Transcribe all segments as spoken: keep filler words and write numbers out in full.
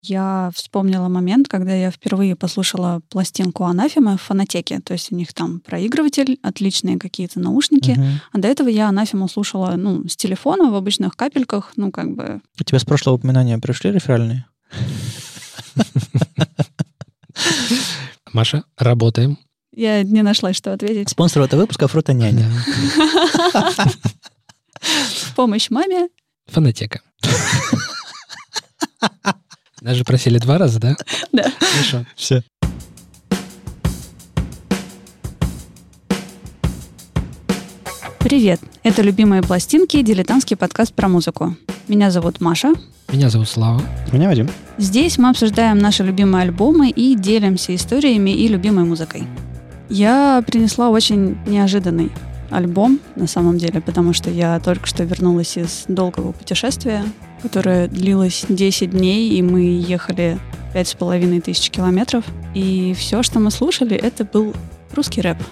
Я вспомнила момент, когда я впервые послушала пластинку Анафемы в фонотеке. То есть у них там проигрыватель, отличные какие-то наушники. Uh-huh. А до этого я Анафему слушала ну, с телефона в обычных капельках. Ну, как бы... У тебя с прошлого упоминания пришли реферальные? Маша, работаем. Я не нашла, что ответить. Спонсор этого выпуска «Фрутоняня». В помощь маме. Фонотека. Даже просили два раза, да? Да. Хорошо. Все. Привет. Это «Любимые пластинки» и дилетантский подкаст про музыку. Меня зовут Маша. Меня зовут Слава. Меня Вадим. Здесь мы обсуждаем наши любимые альбомы и делимся историями и любимой музыкой. Я принесла очень неожиданный альбом, на самом деле, потому что я только что вернулась из долгого путешествия, которое длилось десять дней, и мы ехали пять с половиной тысяч километров. И все, что мы слушали, это был русский рэп.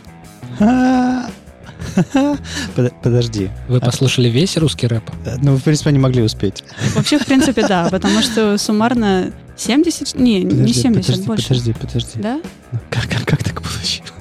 Подожди. Вы послушали весь русский рэп? Ну, в принципе, не могли успеть. Вообще, в принципе, да, потому что суммарно семьдесят... Не, подожди, не семьдесят, подожди, больше. Подожди, подожди. Да? Как, как, как так получилось?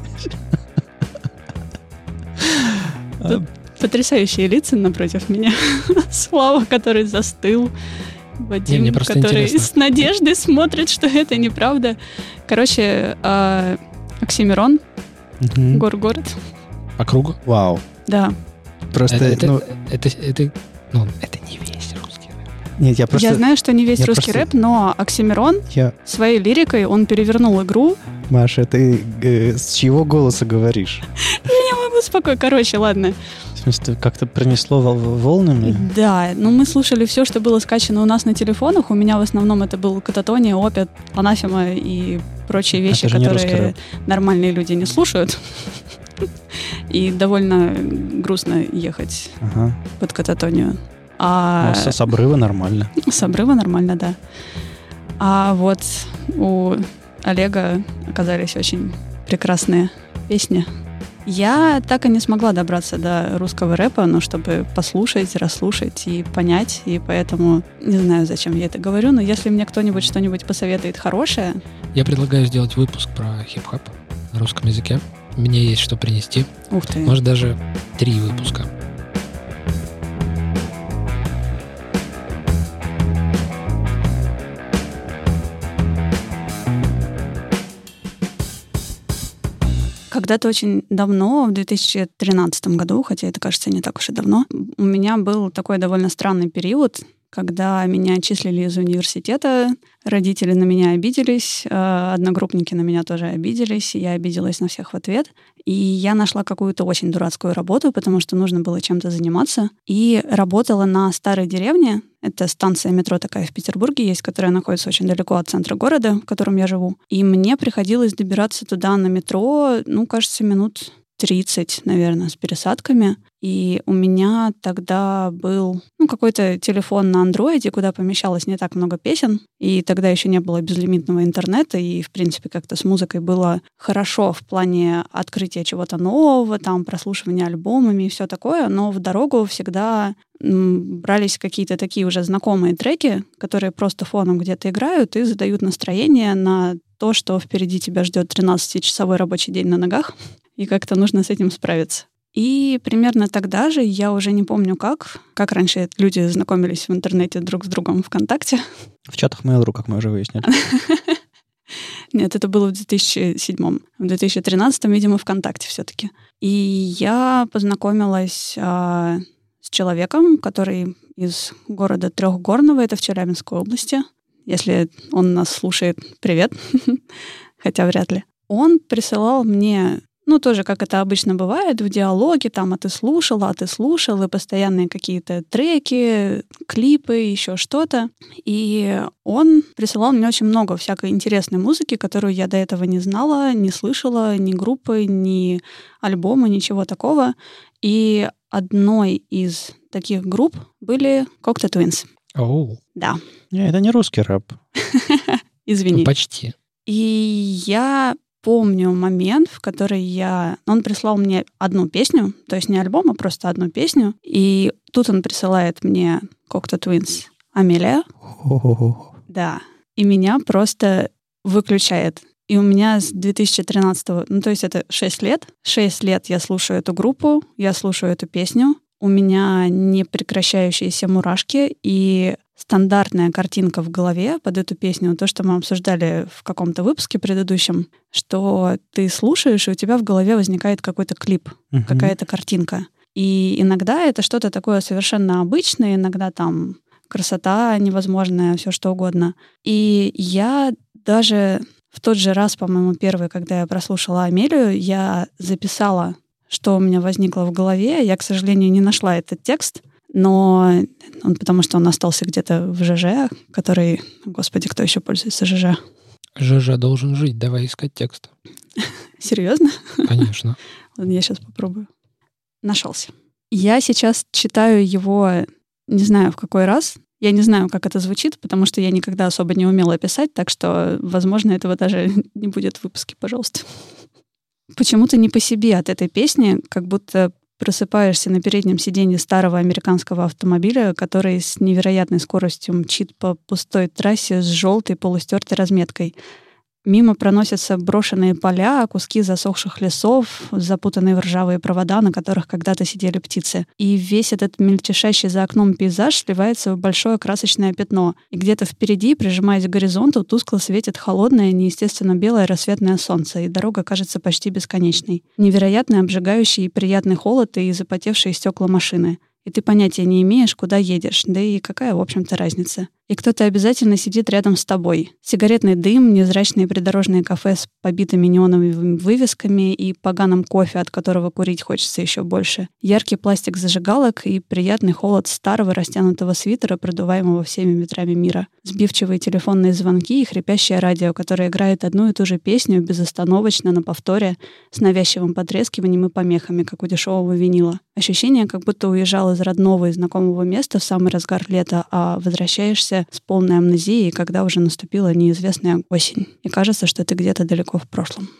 Тут потрясающие лица напротив меня. Слава, который застыл. Вадим, не, который интересно. с надеждой смотрит, что это неправда. Короче, э, Оксимирон, Угу. Горгород. По кругу? Вау. Да. Просто, это, ну... это, это, это, ну, это не весь русский рэп. Нет, я просто... Я знаю, что не весь я русский просто- рэп, но Оксимирон Я... своей лирикой, он перевернул игру. Маша, ты э, с чьего голоса говоришь? Не могу спокойно. Короче, ладно. В смысле, как-то пронесло вол- волнами? Да, ну мы слушали все, что было скачано у нас на телефонах. У меня в основном это был Кататония, Опет, Анафема и прочие вещи, Это же не русский которые рэп. нормальные люди не слушают. И довольно грустно ехать Ага. под Кататонию. Ну, А с, с обрыва нормально. с обрыва нормально, да. А вот у Олега оказались очень прекрасные песни. Я так и не смогла добраться до русского рэпа, но чтобы послушать, расслушать и понять, и поэтому не знаю, зачем я это говорю, но если мне кто-нибудь что-нибудь посоветует хорошее, Я предлагаю сделать выпуск про хип-хоп на русском языке. Мне есть что принести. ух ты. Может, даже три выпуска. Когда-то очень давно, в две тысячи тринадцатом году, хотя это кажется не так уж и давно, у меня был такой довольно странный период, когда меня отчислили из университета, родители на меня обиделись, э, одногруппники на меня тоже обиделись, и я обиделась на всех в ответ. И я нашла какую-то очень дурацкую работу, потому что нужно было чем-то заниматься. И работала на старой деревне. Это станция метро такая в Петербурге есть, которая находится очень далеко от центра города, в котором я живу. И мне приходилось добираться туда на метро, ну, кажется, минут тридцать, наверное, с пересадками. И у меня тогда был ну, какой-то телефон на андроиде, куда помещалось не так много песен. И тогда еще не было безлимитного интернета. И, в принципе, как-то с музыкой было хорошо в плане открытия чего-то нового, там, прослушивания альбомами и все такое. Но в дорогу всегда м, брались какие-то такие уже знакомые треки, которые просто фоном где-то играют и задают настроение на то, что впереди тебя ждет тринадцатичасовой рабочий день на ногах. И как-то нужно с этим справиться. И примерно тогда же, я уже не помню как, как раньше люди знакомились в интернете друг с другом ВКонтакте. В чатах Mail.ru, как мы уже выяснили. Нет, это было в две тысячи седьмом. В две тысячи тринадцатом, видимо, ВКонтакте все-таки. И я познакомилась а, с человеком, который из города Трехгорного, это в Челябинской области. Если он нас слушает, привет. Хотя вряд ли. Он присылал мне... Ну, тоже, как это обычно бывает, в диалоге, там, а ты слушала, а ты слушал, и постоянные какие-то треки, клипы, еще что-то. И он присылал мне очень много всякой интересной музыки, которую я до этого не знала, не слышала, ни группы, ни альбома, ничего такого. И одной из таких групп были Cocteau Twins. Оу. Да. Не, это не русский рэп. Извини. Ну, почти. И я помню момент, в который я... Он прислал мне одну песню, то есть не альбом, а просто одну песню. И тут он присылает мне Cocteau Twins «Амелия». О-о-о. Да. и меня просто выключает. И у меня с две тысячи тринадцатого, ну то есть это шесть лет, шесть лет я слушаю эту группу, я слушаю эту песню, у меня непрекращающиеся мурашки и стандартная картинка в голове под эту песню, то, что мы обсуждали в каком-то выпуске предыдущем, что ты слушаешь, и у тебя в голове возникает какой-то клип, uh-huh. какая-то картинка. И иногда это что-то такое совершенно обычное, иногда там красота невозможная, все что угодно. И я даже в тот же раз, по-моему, первый, когда я прослушала Амелию, я записала, что у меня возникло в голове. Я, к сожалению, не нашла этот текст, но он, потому что он остался где-то в ЖЖ, который... Господи, кто еще пользуется ЖЖ? ЖЖ должен жить, давай искать текст. Серьезно? Конечно. Ладно, я сейчас попробую. Нашелся. Я сейчас читаю его, не знаю в какой раз. Я не знаю, как это звучит, потому что я никогда особо не умела писать, так что, возможно, этого даже не будет в выпуске, пожалуйста. Почему-то не по себе от этой песни, как будто просыпаешься на переднем сиденье старого американского автомобиля, который с невероятной скоростью мчит по пустой трассе с желтой полустертой разметкой. Мимо проносятся брошенные поля, куски засохших лесов, запутанные в ржавые провода, на которых когда-то сидели птицы. И весь этот мельтешащий за окном пейзаж сливается в большое красочное пятно. И где-то впереди, прижимаясь к горизонту, тускло светит холодное, неестественно белое рассветное солнце, и дорога кажется почти бесконечной. Невероятный, обжигающий и приятный холод и запотевшие стекла машины. И ты понятия не имеешь, куда едешь, да и какая, в общем-то, разница. И кто-то обязательно сидит рядом с тобой. Сигаретный дым, невзрачные придорожные кафе с побитыми неоновыми вывесками и поганым кофе, от которого курить хочется еще больше. Яркий пластик зажигалок и приятный холод старого растянутого свитера, продуваемого всеми ветрами мира. Сбивчивые телефонные звонки и хрипящее радио, которое играет одну и ту же песню безостановочно на повторе с навязчивым потрескиванием и помехами, как у дешевого винила. Ощущение, как будто уезжал из родного и знакомого места в самый разгар лета, а возвращаешься с полной амнезией, когда уже наступила неизвестная осень. И кажется, что ты где-то далеко в прошлом.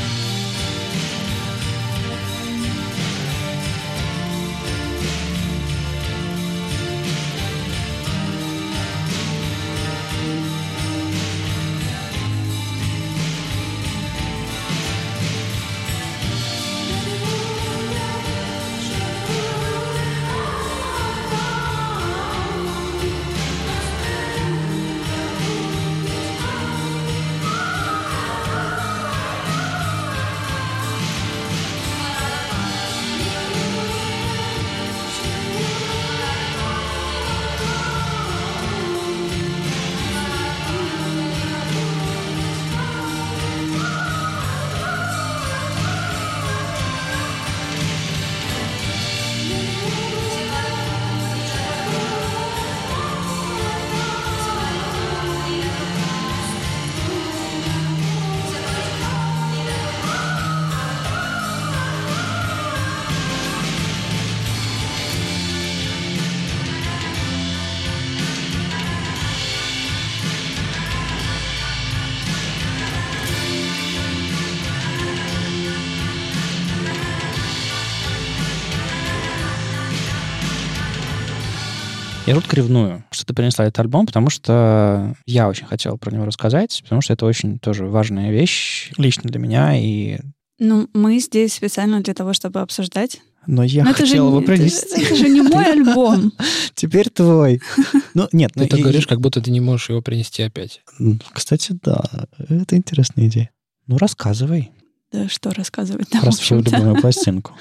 Я жутко ревную, что ты принесла этот альбом, потому что я очень хотел про него рассказать, потому что это очень тоже важная вещь лично для меня. И... Ну, мы здесь специально для того, чтобы обсуждать. Но я Но хотел его принести. Это, это же не мой альбом. Теперь твой. Ну, нет. Ты так говоришь, как будто ты не можешь его принести опять. Кстати, да. Это интересная идея. Ну, рассказывай. Да что рассказывать? Про свою любимую пластинку.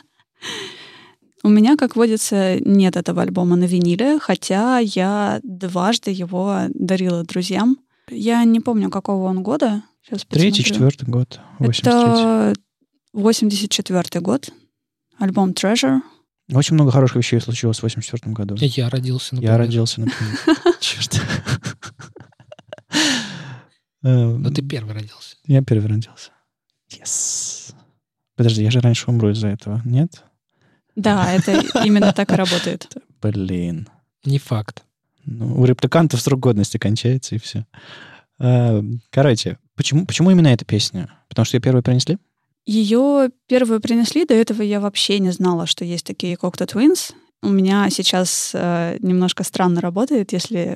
У меня, как водится, нет этого альбома на виниле, хотя я дважды его дарила друзьям. Я не помню, какого он года. Сейчас Третий, четвертый год. Это восемьдесят четвертый год. Альбом Treasure. Очень много хороших вещей случилось в восемьдесят четвертом году. Я родился, например. Я родился, например. Черт. Но ты первый родился. Я первый родился. Yes. Подожди, я же раньше умру из-за этого, нет? Да, это именно так и работает. Блин. Не факт. Ну, у репликантов срок годности кончается, и все. Короче, почему, почему именно эта песня? Потому что ее первую принесли? Ее первую принесли. До этого я вообще не знала, что есть такие Cocteau Twins. У меня сейчас э, немножко странно работает, если...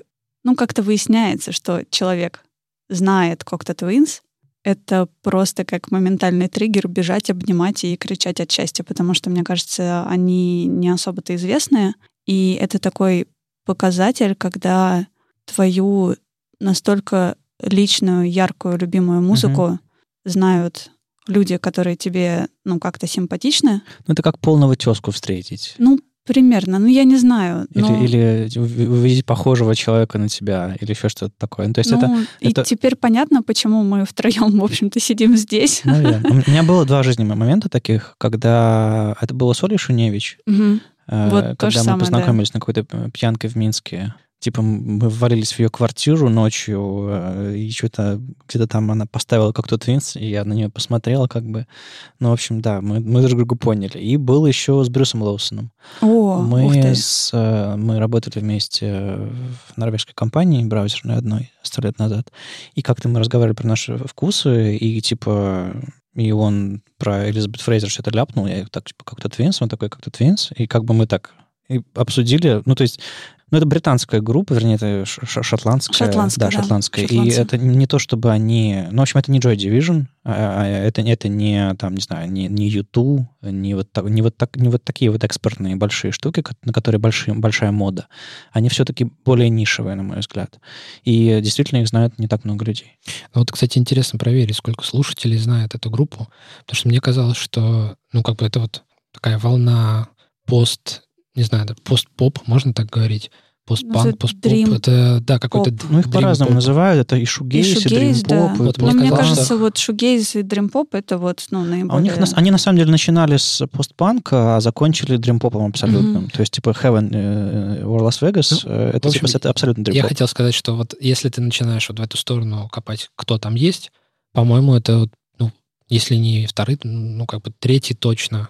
ну, как-то выясняется, что человек знает Cocteau Twins, это просто как моментальный триггер бежать, обнимать и кричать от счастья, потому что, мне кажется, они не особо-то известные, и это такой показатель, когда твою настолько личную, яркую, любимую музыку uh-huh. знают люди, которые тебе, ну, как-то симпатичны. Ну, это как полного тезку встретить. Ну, примерно. Ну, я не знаю. Но... Или, или увидеть похожего человека на тебя, или еще что-то такое. Ну, то есть ну, это, и это... теперь понятно, почему мы втроем, в общем-то, сидим здесь. Наверное. У меня было два жизненных момента таких, когда... Это было с Олей Шуневич, угу. вот когда мы самое, познакомились да. на какой-то пьянке в Минске. Типа мы ввалились в ее квартиру ночью, и что-то где-то там она поставила Cocteau Twins, и я на нее посмотрела как бы. Ну, в общем, да, мы, мы друг друга поняли. И был еще с Брюсом Лоусоном. О, мы, ух ты. С, мы работали вместе в норвежской компании браузерной одной сто лет назад. И как-то мы разговаривали про наши вкусы, и типа... И он про Элизабет Фрейзер что-то ляпнул, я так, типа, Cocteau Twins, он такой Cocteau Twins, и как бы мы так и обсудили, ну, то есть Ну, это британская группа, вернее, это шотландская. Шотландская, да. шотландская. Да, и это не то, чтобы они... Ну, в общем, это не Joy Division, а это, это не, там, не знаю, не, не ю ту, не вот, так, не, вот так, не вот такие вот экспертные большие штуки, на которые большие, большая мода. Они все-таки более нишевые, на мой взгляд. И действительно их знают не так много людей. Вот, кстати, интересно проверить, сколько слушателей знает эту группу, потому что мне казалось, что, ну, как бы это вот такая волна пост... Не знаю, пост-поп, можно так говорить? Пост-панк, пост-поп, это, да, какой-то... Ну, их по-разному называют, это и шугейз, и дрим-поп. Да. Вот, мне, мне кажется, вот шугейз и дрим-поп это вот, ну, наиболее... А у них, они, на самом деле, начинали с пост-панка, а закончили дрим-попом абсолютным. Mm-hmm. То есть, типа, Heaven, uh, War Las Vegas, ну, это, общем, типа, это абсолютно дрим-поп. Я хотел сказать, что вот если ты начинаешь вот в эту сторону копать, кто там есть, по-моему, это, ну, если не второй, ну, как бы третий точно.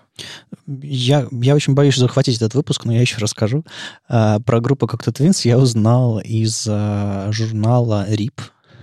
Я, я очень боюсь захватить этот выпуск, но я еще расскажу. А, про группу Cocteau Twins я узнал из а, журнала рип.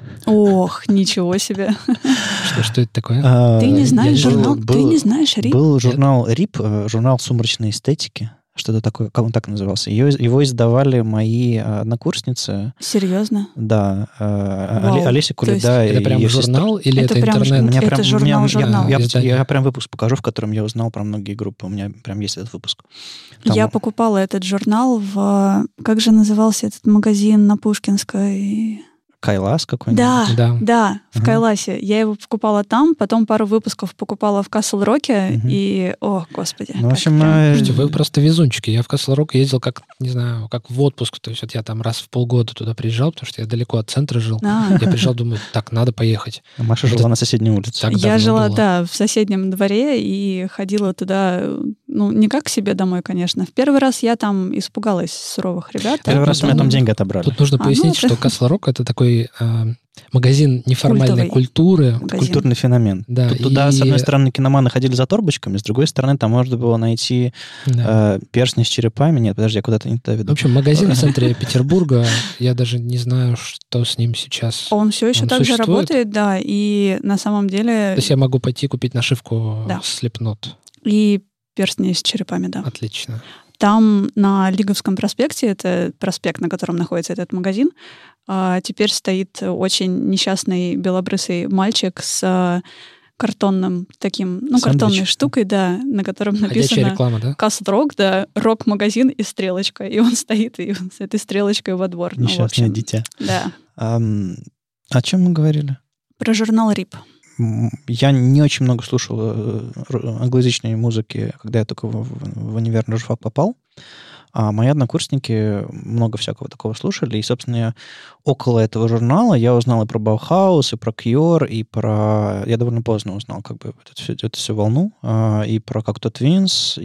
Ох, ничего себе. Что, что это такое? А, ты не знаешь журнал? Был, ты не знаешь рип? Был журнал рип, журнал сумрачной эстетики. Что-то такое, как он так назывался. Его, его издавали мои однокурсницы. Серьезно? Да. Вау. Олеся Кулида. Это прям журнал сестра. или это, это интернет? Прям, меня это прям, журнал, меня, журнал. Я, я, я прям выпуск покажу, в котором я узнал про многие группы. У меня прям есть этот выпуск. Там... Я покупала этот журнал в... Как же назывался этот магазин на Пушкинской... Кайлас какой-нибудь? Да, да, да, в uh-huh. Кайласе. Я его покупала там, потом пару выпусков покупала в Касл-Роке, uh-huh. и, о, господи. Ну, в общем, прям... Слушайте, вы просто везунчики. Я в Касл-Рок ездил как, не знаю, как в отпуск. То есть вот я там раз в полгода туда приезжал, потому что я далеко от центра жил. А. Я приезжал, думаю, так, надо поехать. Маша жила Это... на соседней улице. Я жила, было. да, в соседнем дворе и ходила туда, ну, не как к себе домой, конечно. В первый раз я там испугалась суровых ребят. Первый раз у меня там деньги отобрали. Тут нужно пояснить, а, ну, что Касл-Рок — это такой... магазин неформальной Культовый. культуры. Магазин. Культурный феномен. Да, Тут, туда, и... с одной стороны, киноманы ходили за торбочками, с другой стороны, там можно было найти да. э, перстни с черепами. Нет, подожди, я куда-то не туда веду. В общем, магазин в центре Петербурга, я даже не знаю, что с ним сейчас. Он все еще Он так же существует? работает, да, и на самом деле... То есть я могу пойти купить нашивку да. Slipknot. И перстни с черепами, да. Отлично. Там на Лиговском проспекте, это проспект, на котором находится этот магазин, теперь стоит очень несчастный белобрысый мальчик с картонным таким, ну, Сэндвич. Картонной штукой, да, на котором написано реклама, да? Касл-Рок, да, рок-магазин и стрелочка. И он стоит и с этой стрелочкой во двор. Несчастное ну, в общем, дитя. Да. А, о чем мы говорили? Про журнал рип. Я не очень много слушал англоязычной музыки, когда я только в, в универ на журфак попал. А мои однокурсники много всякого такого слушали. И, собственно, около этого журнала я узнал и про Баухаус, и про Кьор, и про... Я довольно поздно узнал как бы эту всю, эту всю волну. И про Cocteau Twins,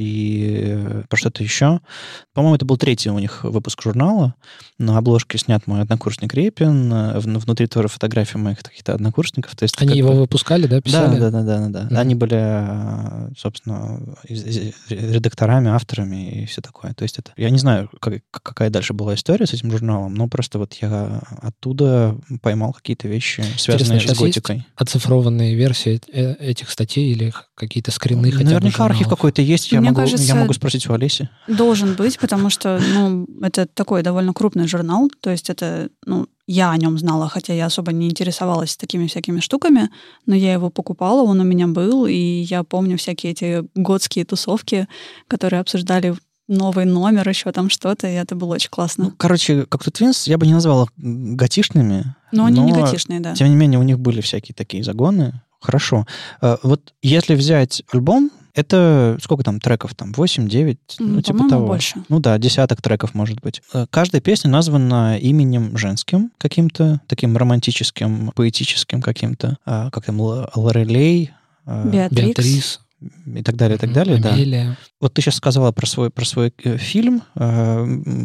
и про что-то еще. По-моему, это был третий у них выпуск журнала. На обложке снят мой однокурсник Репин. Внутри тоже фотографии моих каких-то однокурсников. То есть, Они его бы... выпускали, да, писали? Да, да, да, да, да. Mm-hmm. Они были, собственно, редакторами, авторами и все такое. То есть это Я не знаю, как, какая дальше была история с этим журналом, но просто вот я оттуда поймал какие-то вещи, связанные Интересно, с готикой. Есть оцифрованные версии этих статей или какие-то скрины хотя бы Наверняка архив журналов? какой-то есть, я Мне могу, кажется, я могу спросить у Олеси. Должен быть, потому что, ну, это такой довольно крупный журнал, то есть это, ну, я о нем знала, хотя я особо не интересовалась такими всякими штуками, но я его покупала, он у меня был, и я помню всякие эти готские тусовки, которые обсуждали новый номер, еще там что-то, и это было очень классно. Ну, короче, Cocteau Twins я бы не назвал их готишными. Но они но, не готишные, да. Тем не менее, у них были всякие такие загоны. Хорошо. Вот если взять альбом, это сколько там треков? Там восемь, девять? Ну, ну типа того. Больше. Ну да, десяток треков, может быть. Каждая песня названа именем женским каким-то, таким романтическим, поэтическим каким-то. Как там, Лорелей? Беатрикс. Беатрис. И так далее, и так далее, Амелия. да. Вот ты сейчас сказала про свой, про свой фильм э,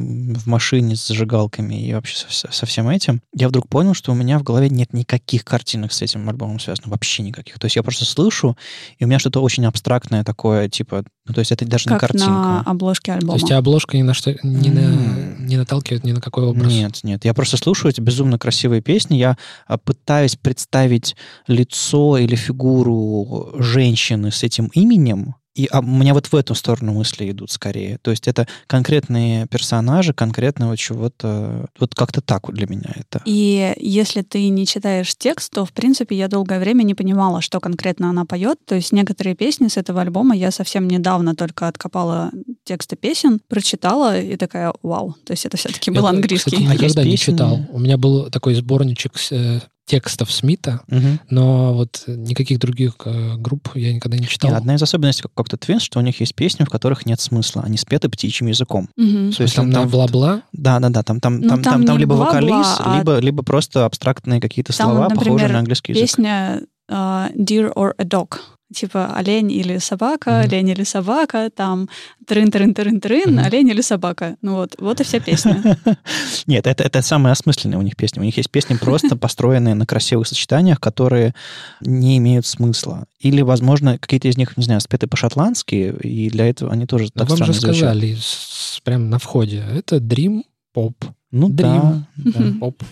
в машине с зажигалками и вообще со, со всем этим. Я вдруг понял, что у меня в голове нет никаких картинок с этим альбомом связанных, вообще никаких. То есть я просто слышу, и у меня что-то очень абстрактное такое, типа, ну то есть это даже как не картинка. на обложке альбома. То есть тебя обложка ни на что не, Mm. на, не наталкивает ни на какой образ? Нет, нет. Я просто слушаю эти безумно красивые песни, я пытаюсь представить лицо или фигуру женщины с этим именем, и а, у меня вот в эту сторону мысли идут скорее. То есть это конкретные персонажи, конкретного чего-то. Вот как-то так для меня это. И если ты не читаешь текст, то, в принципе, я долгое время не понимала, что конкретно она поет. То есть некоторые песни с этого альбома я совсем недавно только откопала тексты песен, прочитала и такая, вау. То есть это все-таки был Я, английский. Кстати, А никогда есть не песни? читал. У меня был такой сборничек с, э, текстов Смита, Угу. но вот никаких других э, групп я никогда не читал. И одна из особенностей Cocteau Twins, что у них есть песни, в которых нет смысла. Они спеты птичьим языком. Мгм. То есть там, там бла-бла? Да, да, да. Там, там, Ну, там, там там, там не либо бла-бла, вокализ, а либо, либо просто абстрактные какие-то Там, слова, например, похожие на английский язык. Песня uh, Deer or a Dog. Типа олень или собака, Мгм. олень или собака, там трын-трын-трын-трын, Мгм. олень или собака. Ну вот, вот и вся песня. Нет, это, это самые осмысленные у них песни. У них есть песни, просто построенные на красивых сочетаниях, которые не имеют смысла. Или, возможно, какие-то из них, не знаю, спеты по-шотландски, и для этого они тоже Ну, так вам странно же звучат. сказали с- прямо на входе. Это Dream Pop. Ну Dream. да, да. Мгм. Поп.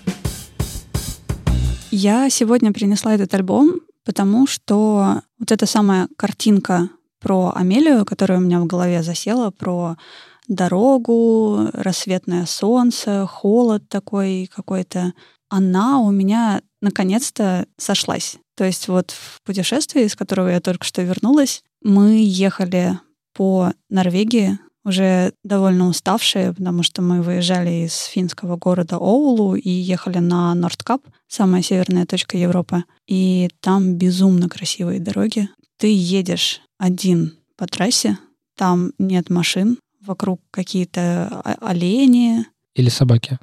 Я сегодня принесла этот альбом, потому что вот эта самая картинка про Амелию, которая у меня в голове засела, про дорогу, рассветное солнце, холод такой какой-то, она у меня наконец-то сошлась. То есть вот в путешествии, из которого я только что вернулась, мы ехали по Норвегии, уже довольно уставшие, потому что мы выезжали из финского города Оулу и ехали на Нордкап, самая северная точка Европы. И там безумно красивые дороги. Ты едешь один по трассе, там нет машин, вокруг какие-то о- олени. Или собаки.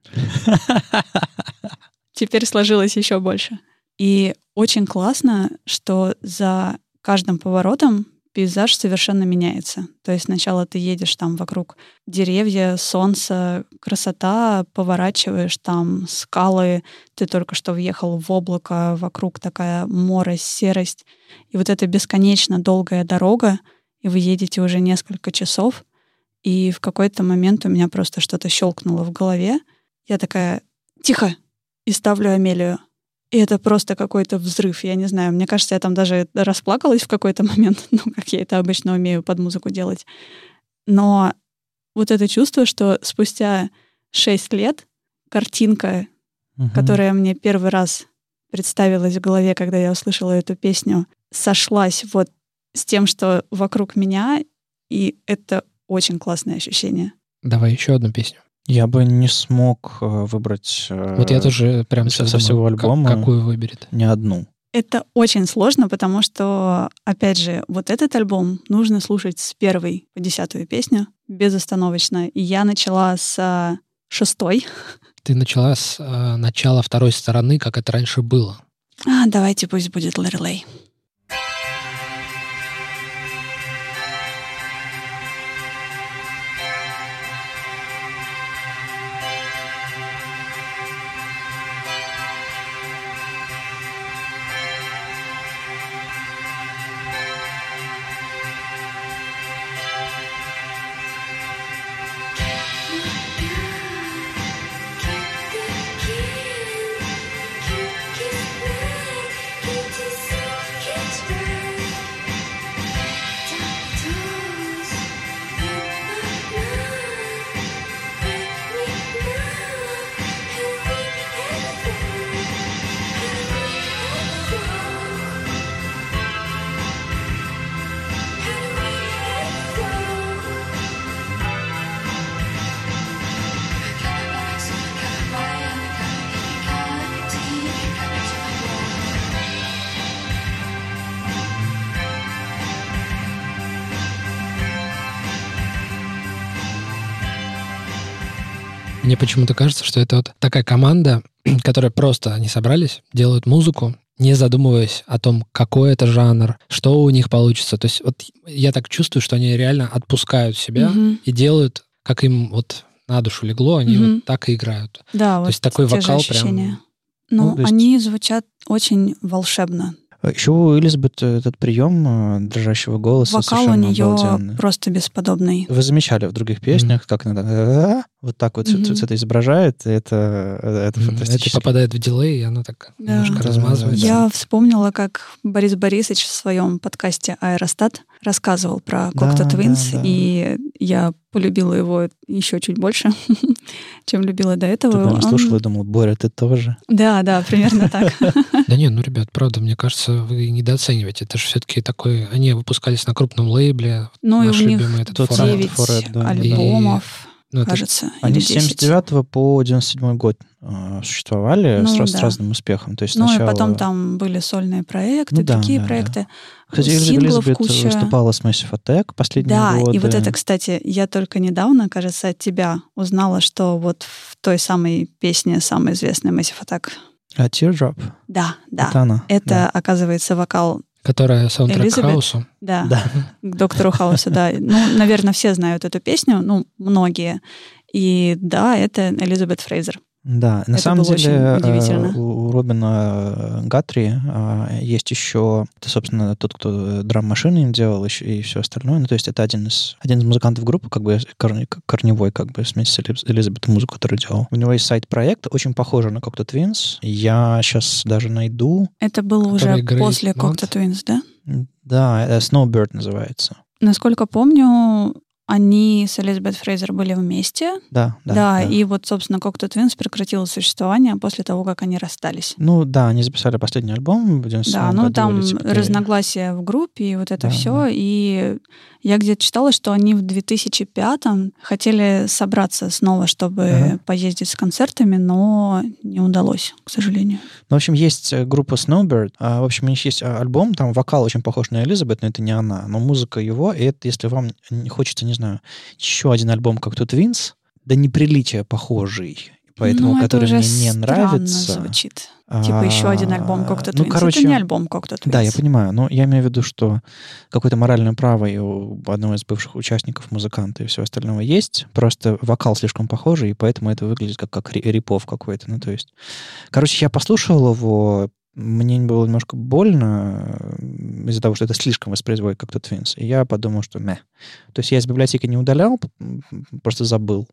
Теперь сложилось еще больше. И очень классно, что за каждым поворотом пейзаж совершенно меняется. То есть сначала ты едешь там вокруг деревья, солнце, красота, поворачиваешь там скалы, ты только что въехал в облако, вокруг такая морось, серость. И вот эта бесконечно долгая дорога, и вы едете уже несколько часов, и в какой-то момент у меня просто что-то щелкнуло в голове. Я такая, тихо, и ставлю Амелию. И это просто какой-то взрыв. Я не знаю, мне кажется, я там даже расплакалась в какой-то момент, ну, как я это обычно умею под музыку делать. Но вот это чувство, что спустя шесть лет картинка, Мгм. которая мне первый раз представилась в голове, когда я услышала эту песню, сошлась вот с тем, что вокруг меня, и это очень классное ощущение. Давай еще одну песню. Я бы не смог э, выбрать э, Вот я тоже прям со- сейчас со всего думаю, как- альбома. какую выберет. ни одну. Это очень сложно, потому что, опять же, вот этот альбом нужно слушать с первой по десятую песню безостановочно. И я начала с а, шестой. Ты начала с э, начала второй стороны, как это раньше было. А, давайте пусть будет Лорелей. Can Мне почему-то кажется, что это вот такая команда, которая просто, они собрались, делают музыку, не задумываясь о том, какой это жанр, что у них получится. То есть вот я так чувствую, что они реально отпускают себя Мгм. и делают, как им вот на душу легло, они Мгм. вот так и играют. Да, То вот есть такой те же вокал ощущения. прям... Ну, Ну, то есть- они звучат очень волшебно. Еще у Элизабет этот прием э, дрожащего голоса Вокал у совершенно нее обалденный. просто бесподобный. Вы замечали в других песнях, как она «А-а-а», вот так вот Мгм. с- с это изображает, и это, это М, фантастически. Это попадает в дилей, и оно так Да. немножко Да, размазывается. Я вспомнила, как Борис Борисович в своем подкасте «Аэростат» рассказывал про Да, Cocteau да, Twins, да. и я полюбила его еще чуть больше, чем любила до этого. Ты, наверное, Он- слушала и думала, Боря, ты тоже? Да, да, примерно так. Да нет, ну, ребят, правда, мне кажется, вы недооцениваете. Это же все-таки такой... Они выпускались на крупном лейбле. Ну и Наш у них любимый этот Тот Форет. самый девять Форет, да, да, да. альбомов, Ну, это кажется, Они или с семьдесят десять. девятого по девяносто седьмой год э, существовали Ну, с, раз- с да. разным успехом. То есть Ну и сначала... потом там были сольные проекты, Ну да, такие да, да. проекты. Кстати, Элизабет Синглов Элизабет куча. выступала с Massive Attack последние Да, годы. и вот это, кстати, я только недавно, кажется, от тебя узнала, что вот в той самой песне, самой известной Massive Attack. А Teardrop? Да, да. Это она. Это, да. оказывается, вокал, Которая саундтрек к Элизабет. хаусу. да, Да. к Доктору Хаусу, да. Ну, наверное, все знают эту песню, ну, многие. И да, это Элизабет Фрейзер. Да, на Это самом было деле очень э, удивительно. у у Робина Гатри э, есть еще, это, собственно, тот, кто драм-машины им делал еще и все остальное. Ну, то есть это один из, один из музыкантов группы, как бы корне- корневой, как бы вместе с Элиз- Элизабет музыку, которую делал. У него есть сайт-проект, очень похожий на Cocteau Twins. Я сейчас даже найду. Это было уже Который Great после Month. Cocteau Twins, да? Да, э, Snowbird называется. Насколько помню, они с Элизабет Фрейзер были вместе. Да, да. Да, и вот, собственно, Cocteau Twins прекратила существование после того, как они расстались. Ну да, они записали последний альбом в девяносто седьмом Да, ну году. там или типа того. разногласия в группе, и вот это Да, все. да. И я где-то читала, что они в две тысячи пятом хотели собраться снова, чтобы Ага. поездить с концертами, но не удалось, к сожалению. Ну, в общем, есть э, группа Snowbird. А, в общем, у них есть а, альбом, там вокал очень похож на Элизабет, но это не она. Но музыка его, и это, если вам не хочется, не знаю, еще один альбом, как Cocteau Twins, до неприличия похожий, поэтому, Ну, это который уже мне не странно нравится. звучит. Типа еще один альбом Cocteau Ну, Twins. короче, Это не альбом Cocteau Twins. Да, я понимаю, но я имею в виду, что какое-то моральное право и у одного из бывших участников, музыканта и всего остального есть, просто вокал слишком похожий, и поэтому это выглядит как, как ри- рипов какой-то, ну, то есть... Короче, я послушал его, мне было немножко больно э, из-за того, что это слишком воспроизводит как-то Twins, и я подумал, что мeh. То есть я из библиотеки не удалял, м, просто забыл.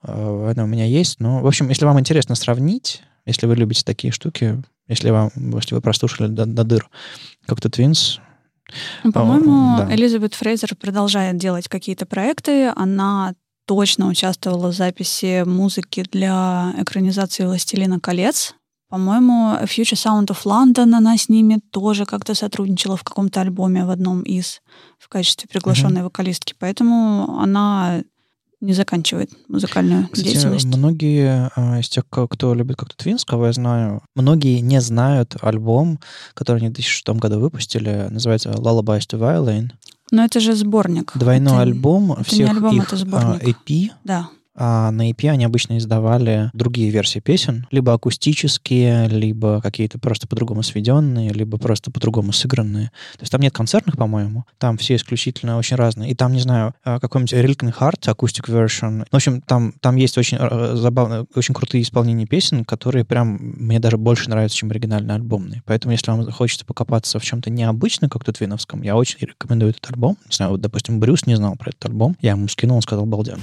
Э, Она у меня есть, но, в общем, если вам интересно сравнить, если вы любите такие штуки, если, вам, если вы прослушали до, до дыр как-то Twins... Ну, По-моему, да. Элизабет Фрейзер продолжает делать какие-то проекты. Она точно участвовала в записи музыки для экранизации «Властелина колец». По-моему, A Future Sound of London она с ними тоже как-то сотрудничала в каком-то альбоме в одном из в качестве приглашенной вокалистки. Поэтому она не заканчивает музыкальную Кстати, деятельность. многие а, из тех, ко- кто любит как-то Twins, кого я знаю, многие не знают альбом, который они в две тысячи шестом году выпустили, называется Lullabies to Violin. Но это же сборник. Двойной Это- альбом это всех не альбом, их это сборник. а, и пи. Да. А на и пи они обычно издавали другие версии песен, либо акустические, либо какие-то просто по-другому сведенные, либо просто по-другому сыгранные. То есть там нет концертных, по-моему, там все исключительно очень разные. И там, не знаю, а, какой-нибудь Rilken Heart, acoustic version. В общем, там, там есть очень э, забавные, очень крутые исполнения песен, которые прям мне даже больше нравятся, чем оригинальные альбомные. Поэтому, если вам хочется покопаться в чем-то необычном, как тут твиновском, я очень рекомендую этот альбом. Не знаю, вот, допустим, Брюс не знал про этот альбом. Я ему скинул, он сказал, балден.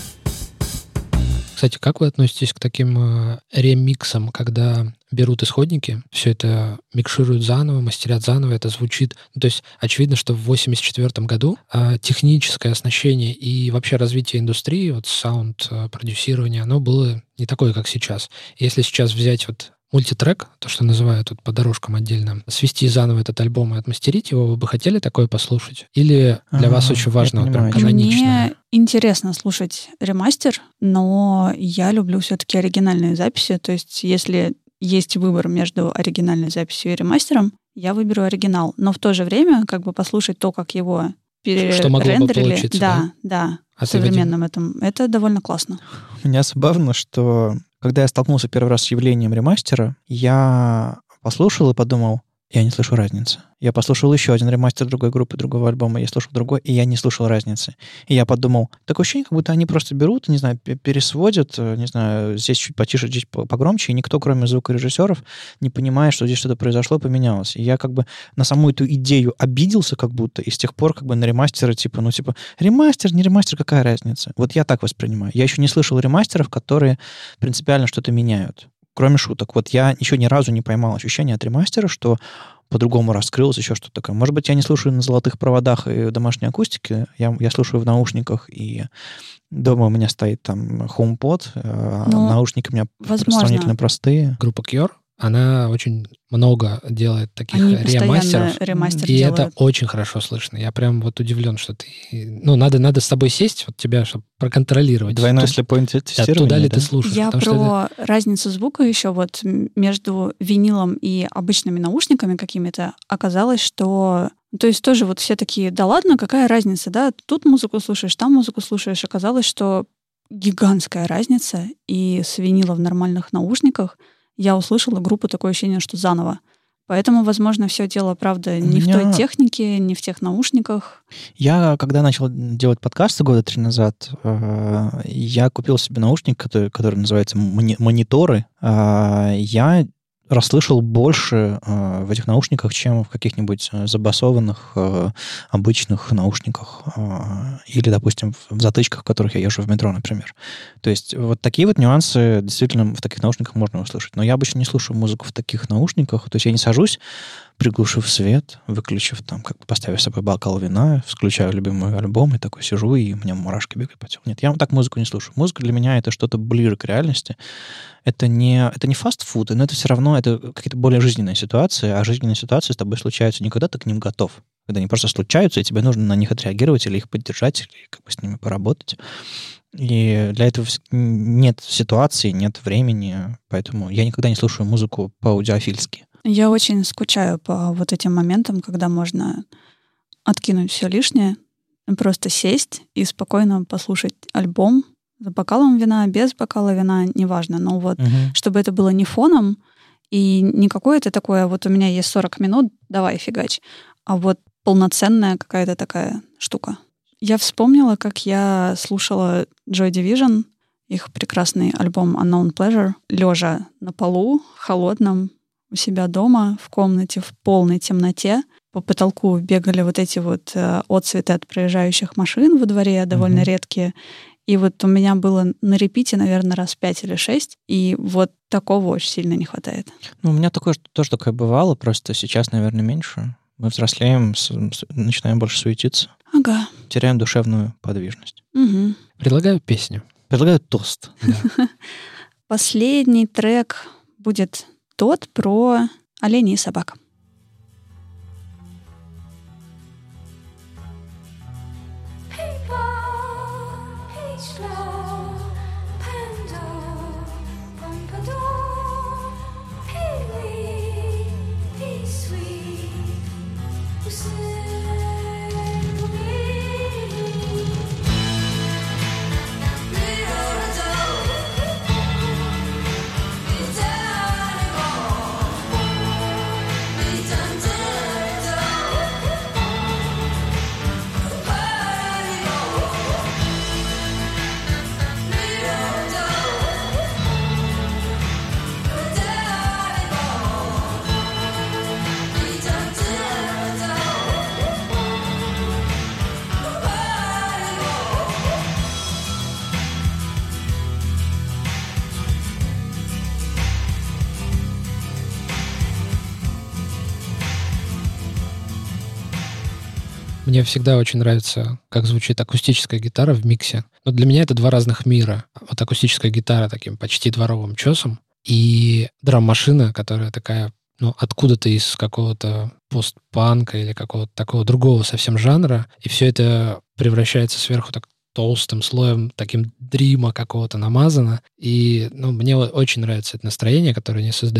Кстати, как вы относитесь к таким э, ремиксам, когда берут исходники, все это микшируют заново, мастерят заново, это звучит... Ну, то есть очевидно, что в восемьдесят четвёртом году э, техническое оснащение и вообще развитие индустрии, вот саунд-продюсирование, оно было не такое, как сейчас. Если сейчас взять вот мультитрек, то, что называют вот по дорожкам отдельно, свести заново этот альбом и отмастерить его, вы бы хотели такое послушать? Или для А, вас очень важно я вот прям понимаю. каноничное? Мне интересно слушать ремастер, но я люблю все-таки оригинальные записи. То есть, если есть выбор между оригинальной записью и ремастером, я выберу оригинал. Но в то же время как бы послушать то, как его Что могло бы перерендерили. получиться, Да, да. А современном этом. Это довольно классно. У меня забавно, что когда я столкнулся первый раз с явлением ремастера, я послушал и подумал, я не слышу разницы. Я послушал еще один ремастер другой группы, другого альбома, я слушал другой, и я не слушал разницы. И я подумал, такое ощущение, как будто они просто берут, не знаю, пересводят, не знаю, здесь чуть потише, здесь погромче, и никто, кроме звукорежиссеров, не понимает, что здесь что-то произошло, поменялось. И я как бы на саму эту идею обиделся как будто, и с тех пор как бы на ремастеры, типа, ну, типа, ремастер, не ремастер, какая разница? Вот я так воспринимаю. Я еще не слышал ремастеров, которые принципиально что-то меняют. Кроме шуток. Вот я еще ни разу не поймал ощущение от ремастера, что по-другому раскрылось, еще что-то такое. Может быть, я не слушаю на золотых проводах и домашней акустике, я, я слушаю в наушниках, и дома у меня стоит там HomePod, а наушники у меня возможно. Сравнительно простые. Группа Cure, она очень много делает таких Они ремастеров, ремастер и делают. Это очень хорошо слышно. Я прям вот удивлен, что ты... Ну, надо, надо с тобой сесть, вот тебя, чтобы проконтролировать. Двойное слепое тестирование, да, туда ли да? ты слушаешь? Я про что это... разницу звука еще вот между винилом и обычными наушниками какими-то оказалось, что... То есть тоже вот все такие, да ладно, какая разница, да? Тут музыку слушаешь, там музыку слушаешь. Оказалось, что гигантская разница, и с винила в нормальных наушниках я услышала группу, такое ощущение, что заново. Поэтому, возможно, все дело, правда, не меня... в той технике, не в тех наушниках. Я, когда начал делать подкасты года три назад, я купил себе наушник, который, который называется мониторы. Я расслышал больше э, в этих наушниках, чем в каких-нибудь забасованных э, обычных наушниках э, или, допустим, в затычках, в которых я езжу в метро, например. То есть вот такие вот нюансы действительно в таких наушниках можно услышать. Но я обычно не слушаю музыку в таких наушниках. То есть я не сажусь, приглушив свет, выключив там, как бы поставив с собой бокал вина, включаю любимый альбом и такой сижу, и у меня мурашки бегают по телу. Нет, я так музыку не слушаю. Музыка для меня это что-то ближе к реальности. Это не, это не фастфуд, но это все равно это какие-то более жизненные ситуации, а жизненные ситуации с тобой случаются не когда ты к ним готов, когда они просто случаются, и тебе нужно на них отреагировать или их поддержать, или как бы с ними поработать. И для этого нет ситуации, нет времени, поэтому я никогда не слушаю музыку по-аудиофильски. Я очень скучаю по вот этим моментам, когда можно откинуть все лишнее, просто сесть и спокойно послушать альбом за бокалом вина, без бокала вина, неважно. Но вот, угу. чтобы это было не фоном и не какое-то такое, вот у меня есть сорок минут, давай фигач, а вот полноценная какая-то такая штука. Я вспомнила, как я слушала Joy Division, их прекрасный альбом Unknown Pleasure, лежа на полу, холодном, у себя дома, в комнате, в полной темноте. По потолку бегали вот эти вот э, отцветы от проезжающих машин во дворе, довольно mm-hmm. редкие. И вот у меня было на репите, наверное, раз пять или шесть, и вот такого очень сильно не хватает. Ну, у меня такое, тоже такое бывало, просто сейчас, наверное, меньше. Мы взрослеем, с, с, начинаем больше суетиться. Ага. Теряем душевную подвижность. Угу. Предлагаю песню. Предлагаю тост. Да. Последний трек будет тот про оленей и собак. Мне всегда очень нравится, как звучит акустическая гитара в миксе. Но для меня это два разных мира. Вот акустическая гитара таким почти дворовым чесом и драм-машина, которая такая, ну, откуда-то из какого-то постпанка или какого-то такого другого совсем жанра. И все это превращается сверху так толстым слоем, таким дрима какого-то намазано. И, ну, мне очень нравится это настроение, которое они создают.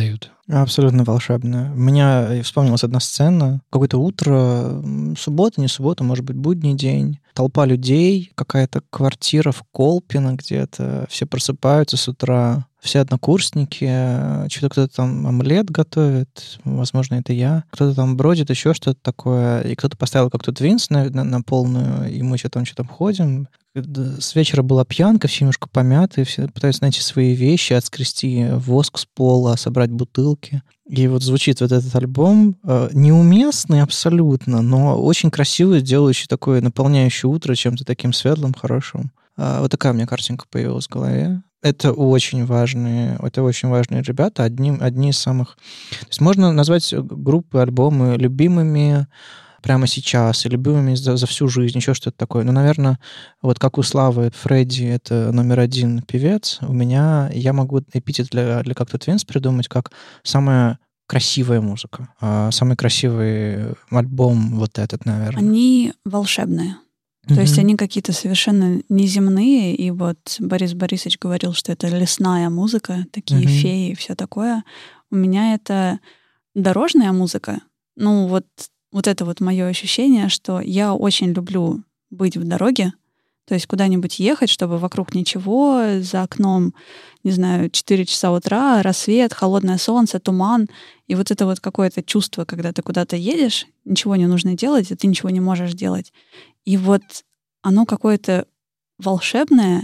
Абсолютно волшебная. У меня вспомнилась одна сцена. Какое-то утро, суббота, не суббота, может быть, будний день. Толпа людей, какая-то квартира в Колпино где-то. Все просыпаются с утра. Все однокурсники. Что-то кто-то там омлет готовит. Возможно, это я. Кто-то там бродит, еще что-то такое. И кто-то поставил как-то твинс на, на, на полную, и мы что-то там что-то ходим. С вечера была пьянка, все немножко помятые, все пытаются найти свои вещи, отскрести воск с пола, собрать бутылки. И вот звучит вот этот альбом, э, неуместный абсолютно, но очень красивый, делающий такое, наполняющий утро чем-то таким светлым, хорошим. Э, вот такая у меня картинка появилась в голове. Это очень важные, это очень важные ребята, одни, одни из самых... То есть можно назвать группы, альбомы любимыми прямо сейчас, и любимыми за, за всю жизнь, еще что-то такое. Ну, наверное, вот как у Славы, Фредди — это номер один певец, у меня, я могу эпитет для, для как-то Твинс придумать как самая красивая музыка, самый красивый альбом вот этот, наверное. Они волшебные. Mm-hmm. То есть они какие-то совершенно неземные, и вот Борис Борисович говорил, что это лесная музыка, такие mm-hmm. феи и все такое. У меня это дорожная музыка. Ну, вот Вот это вот мое ощущение, что я очень люблю быть в дороге, то есть куда-нибудь ехать, чтобы вокруг ничего, за окном, не знаю, четыре часа утра, рассвет, холодное солнце, туман. И вот это вот какое-то чувство, когда ты куда-то едешь, ничего не нужно делать, и ты ничего не можешь делать. И вот оно какое-то волшебное,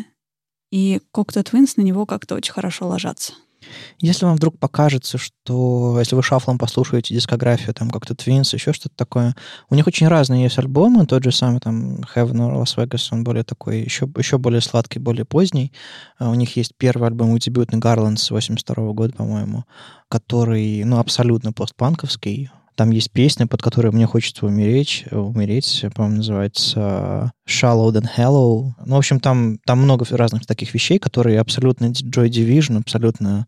и Cocteau Twins на него как-то очень хорошо ложатся. Если вам вдруг покажется, что если вы шафлом послушаете дискографию, там как-то Twins, еще что-то такое, у них очень разные есть альбомы, тот же самый там Heaven or Las Vegas, он более такой, еще, еще более сладкий, более поздний. У них есть первый альбом, дебютный Garlands восемьдесят второго года, по-моему, который, ну, абсолютно постпанковский. Там есть песня, под которой «Мне хочется умереть», умереть, по-моему, называется «Shallow and Hello». Ну, в общем, там, там много разных таких вещей, которые абсолютно Joy Division, абсолютно...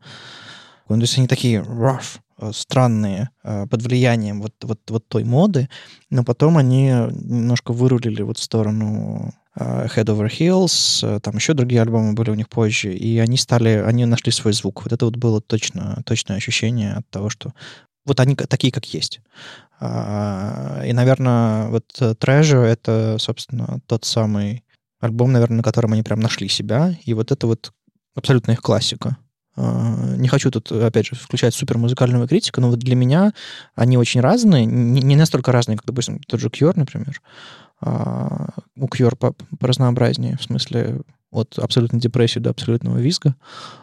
То есть они такие rough, странные, под влиянием вот, вот, вот той моды, но потом они немножко вырулили вот в сторону Head Over Heels, там еще другие альбомы были у них позже, и они стали, они нашли свой звук. Вот это вот было точно, точное ощущение от того, что вот они такие, как есть. И, наверное, вот Treasure — это, собственно, тот самый альбом, наверное, на котором они прям нашли себя. И вот это вот абсолютно их классика. Не хочу тут, опять же, включать супермузыкальную критику, но вот для меня они очень разные. Не настолько разные, как, допустим, тот же Cure, например. У Cure по, по разнообразнее, в смысле от абсолютной депрессии до абсолютного визга.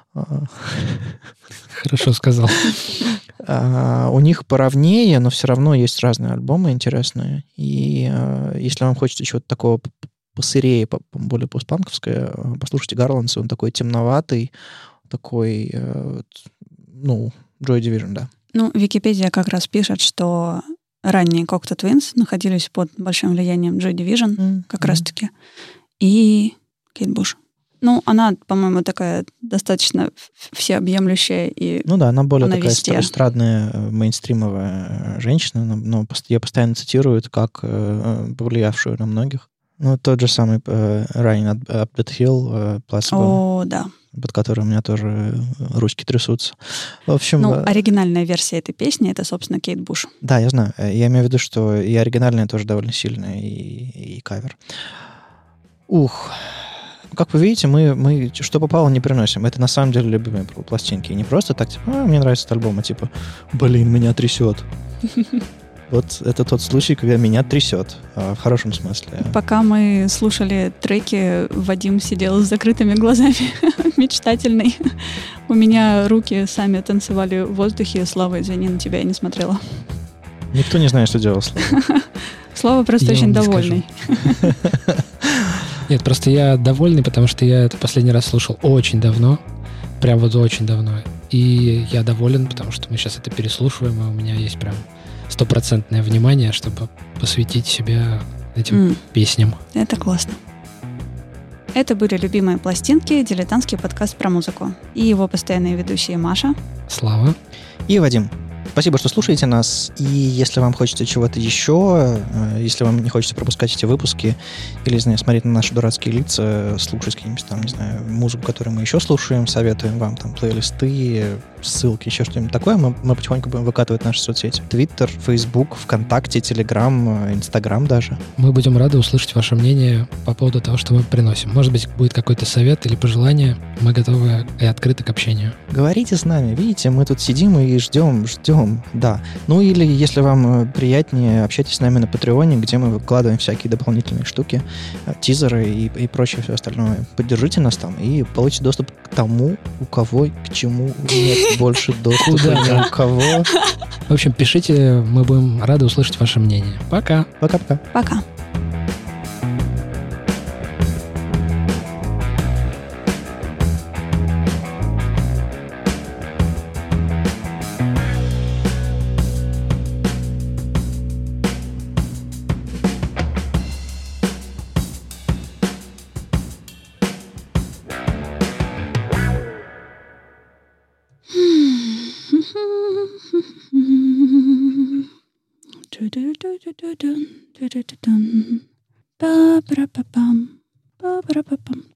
Хорошо сказал. Uh, у них поровнее, но все равно есть разные альбомы интересные. И uh, если вам хочется чего-то такого посырее, более постпанковское, послушайте Garlands, он такой темноватый, такой, uh, ну, Joy Division, да. Ну, Википедия как раз пишет, что ранние Cocteau Twins находились под большим влиянием Joy Division, mm-hmm. как раз-таки, и Кейт Буш. Ну, она, по-моему, такая достаточно всеобъемлющая. И ну да, она более она такая везде. эстрадная, мейнстримовая женщина, но, но ее постоянно цитируют как э, повлиявшую на многих. Ну, тот же самый э, Running Up That Hill, э, Placebo, О, да. под которым у меня тоже ручки трясутся. В общем... Ну, оригинальная версия этой песни — это, собственно, Кейт Буш. Да, я знаю. Я имею в виду, что и оригинальная тоже довольно сильная, и, и кавер. Ух... Как вы видите, мы, мы что попало не приносим. Это на самом деле любимые пластинки. И не просто так, типа, а, мне нравится этот альбом, а типа, блин, меня трясет. Вот это тот случай, когда меня трясет. В хорошем смысле. Пока мы слушали треки, Вадим сидел с закрытыми глазами, мечтательный. У меня руки сами танцевали в воздухе. Слава, извини, на тебя я не смотрела. Никто не знает, что делал Слава. Слава просто я очень довольный. Нет, просто я довольный, потому что я это последний раз слушал очень давно. Прям вот очень давно. И я доволен, потому что мы сейчас это переслушиваем, и у меня есть прям стопроцентное внимание, чтобы посвятить себя этим mm. песням. Это классно. Это были «Любимые пластинки», дилетантский подкаст про музыку. И его постоянные ведущие Маша, Слава и Вадим. Спасибо, что слушаете нас. И если вам хочется чего-то еще, если вам не хочется пропускать эти выпуски, или, не знаю, смотреть на наши дурацкие лица, слушать какие-нибудь там, не знаю, музыку, которую мы еще слушаем, советуем вам там плейлисты, ссылки, еще что-нибудь такое, мы, мы потихоньку будем выкатывать наши соцсети. Твиттер, Фейсбук, ВКонтакте, Телеграм, Инстаграм даже. Мы будем рады услышать ваше мнение по поводу того, что мы приносим. Может быть, будет какой-то совет или пожелание. Мы готовы и открыты к общению. Говорите с нами. Видите, мы тут сидим и ждем, ждем, да. Ну или, если вам приятнее, общайтесь с нами на Патреоне, где мы выкладываем всякие дополнительные штуки, тизеры и, и прочее все остальное. Поддержите нас там и получите доступ к тому, у кого, к чему нет больше доступа ни у кого. В общем, пишите, мы будем рады услышать ваше мнение. Пока. Пока-пока. Пока. Ba-ba-da-ba-bum. Ba-ba-da-ba-bum.